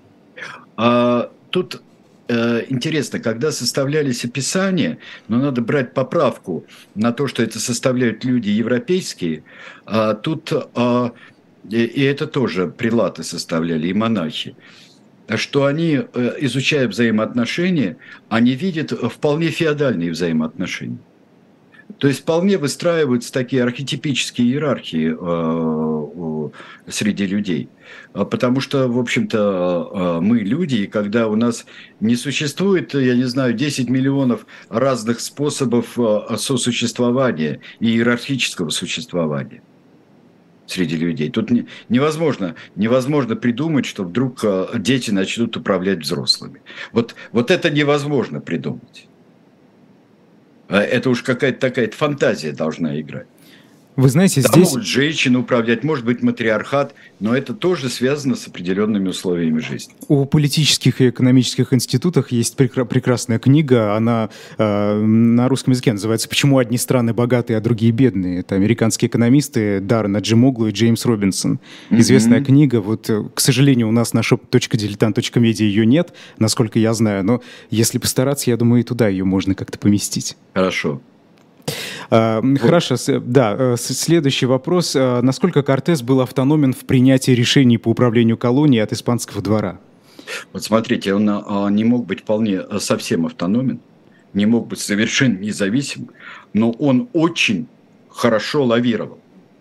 А, тут э, интересно, когда составлялись описания, но надо брать поправку на то, что это составляют люди европейские, а, тут, а, и, и это тоже прилаты составляли, и монахи, что они, изучая взаимоотношения, они видят вполне феодальные взаимоотношения. То есть вполне выстраиваются такие архетипические иерархии э, э, среди людей. Потому что, в общем-то, э, мы люди, и когда у нас не существует, я не знаю, десять миллионов разных способов э, сосуществования и иерархического существования среди людей. Тут не, невозможно, невозможно придумать, что вдруг э, дети начнут управлять взрослыми. Вот, вот это невозможно придумать. Это уж какая-то такая фантазия должна играть. Вы знаете, да, здесь... могут женщины управлять, может быть, матриархат, но это тоже связано с определенными условиями жизни. У политических и экономических институтах есть прекра- прекрасная книга, она э, на русском языке называется «Почему одни страны богатые, а другие бедные». Это американские экономисты Даррен Аджемоглу и Джеймс Робинсон. Mm-hmm. Известная книга. Вот, к сожалению, у нас на шоп точка дилетант точка медиа ее нет, насколько я знаю, но если постараться, я думаю, и туда ее можно как-то поместить. Хорошо. Uh, хорошо, да, следующий вопрос. Uh, насколько Кортес был автономен в принятии решений по управлению колонией от испанского двора? Вот смотрите, он uh, не мог быть вполне uh, совсем автономен, не мог быть совершенно независим, но он очень хорошо лавировал.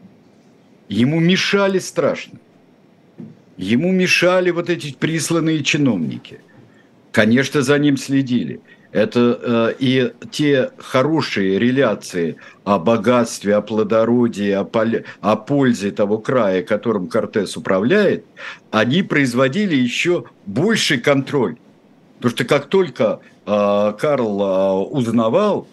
Ему мешали страшно. Ему мешали вот эти присланные чиновники. Конечно, за ним следили. Это э, и те хорошие реляции о богатстве, о плодородии, о, поле, о пользе того края, которым Кортес управляет, они производили еще больший контроль. Потому что как только э, Карл э, узнавал,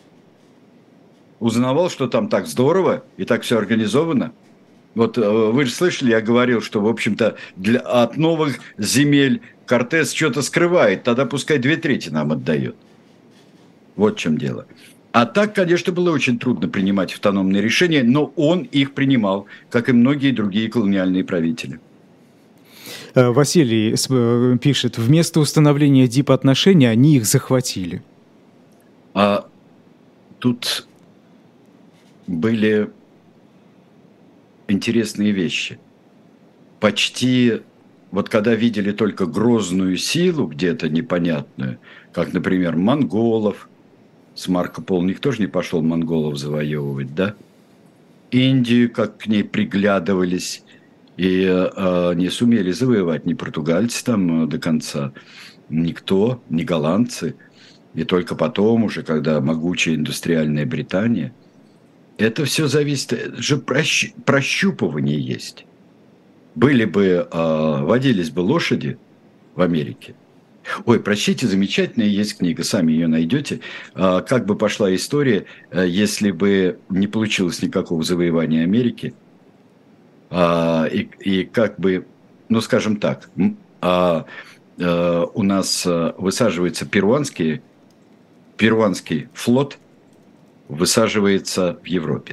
узнавал, что там так здорово и так все организовано, вот э, вы же слышали, я говорил, что, в общем-то, для, от новых земель Кортес что-то скрывает, тогда пускай две трети нам отдает. Вот в чем дело. А так, конечно, было очень трудно принимать автономные решения, но он их принимал, как и многие другие колониальные правители. Василий пишет, вместо установления дипотношений они их захватили. А тут были интересные вещи. Почти, вот когда видели только грозную силу где-то непонятную, как, например, монголов, с Марко Поло никто же не пошел монголов завоевывать, да? Индию, как к ней приглядывались, и э, не сумели завоевать ни португальцы там до конца, никто, ни голландцы. И только потом уже, когда могучая индустриальная Британия, это все зависит, это же прощ, прощупывание есть. Были бы, э, водились бы лошади в Америке. Ой, простите, замечательная есть книга, сами ее найдете. Как бы пошла история, если бы не получилось никакого завоевания Америки, и, и как бы, ну скажем так, а э, у нас высаживается перуанский, перуанский флот, высаживается в Европе.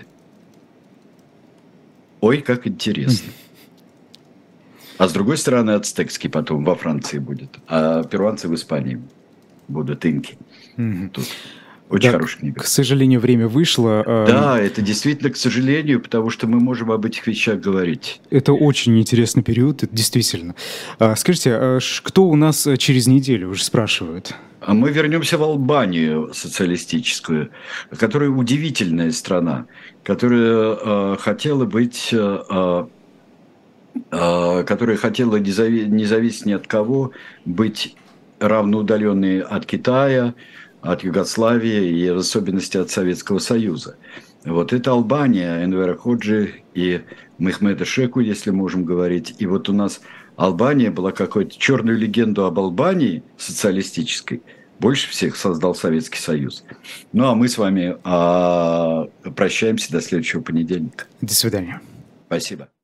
Ой, как интересно. А с другой стороны, ацтекский потом во Франции будет, а перуанцы в Испании будут, инки. Тут очень да, хорошая книга. К сожалению, время вышло. Да, это действительно, к сожалению, потому что мы можем об этих вещах говорить. Это очень интересный период, это действительно. Скажите, кто у нас через неделю, уже спрашивают? Мы вернемся в Албанию социалистическую, которая удивительная страна, которая э, хотела быть, э, э, которая хотела не, зави- не зависеть ни от кого, быть равноудаленной от Китая, от Югославии и в особенности от Советского Союза. Вот это Албания, Энвера Ходжи и Мехмеда Шеку, если можем говорить. И вот у нас Албания была какой-то... Черную легенду об Албании социалистической больше всех создал Советский Союз. Ну, а мы с вами а, прощаемся до следующего понедельника. До свидания. Спасибо.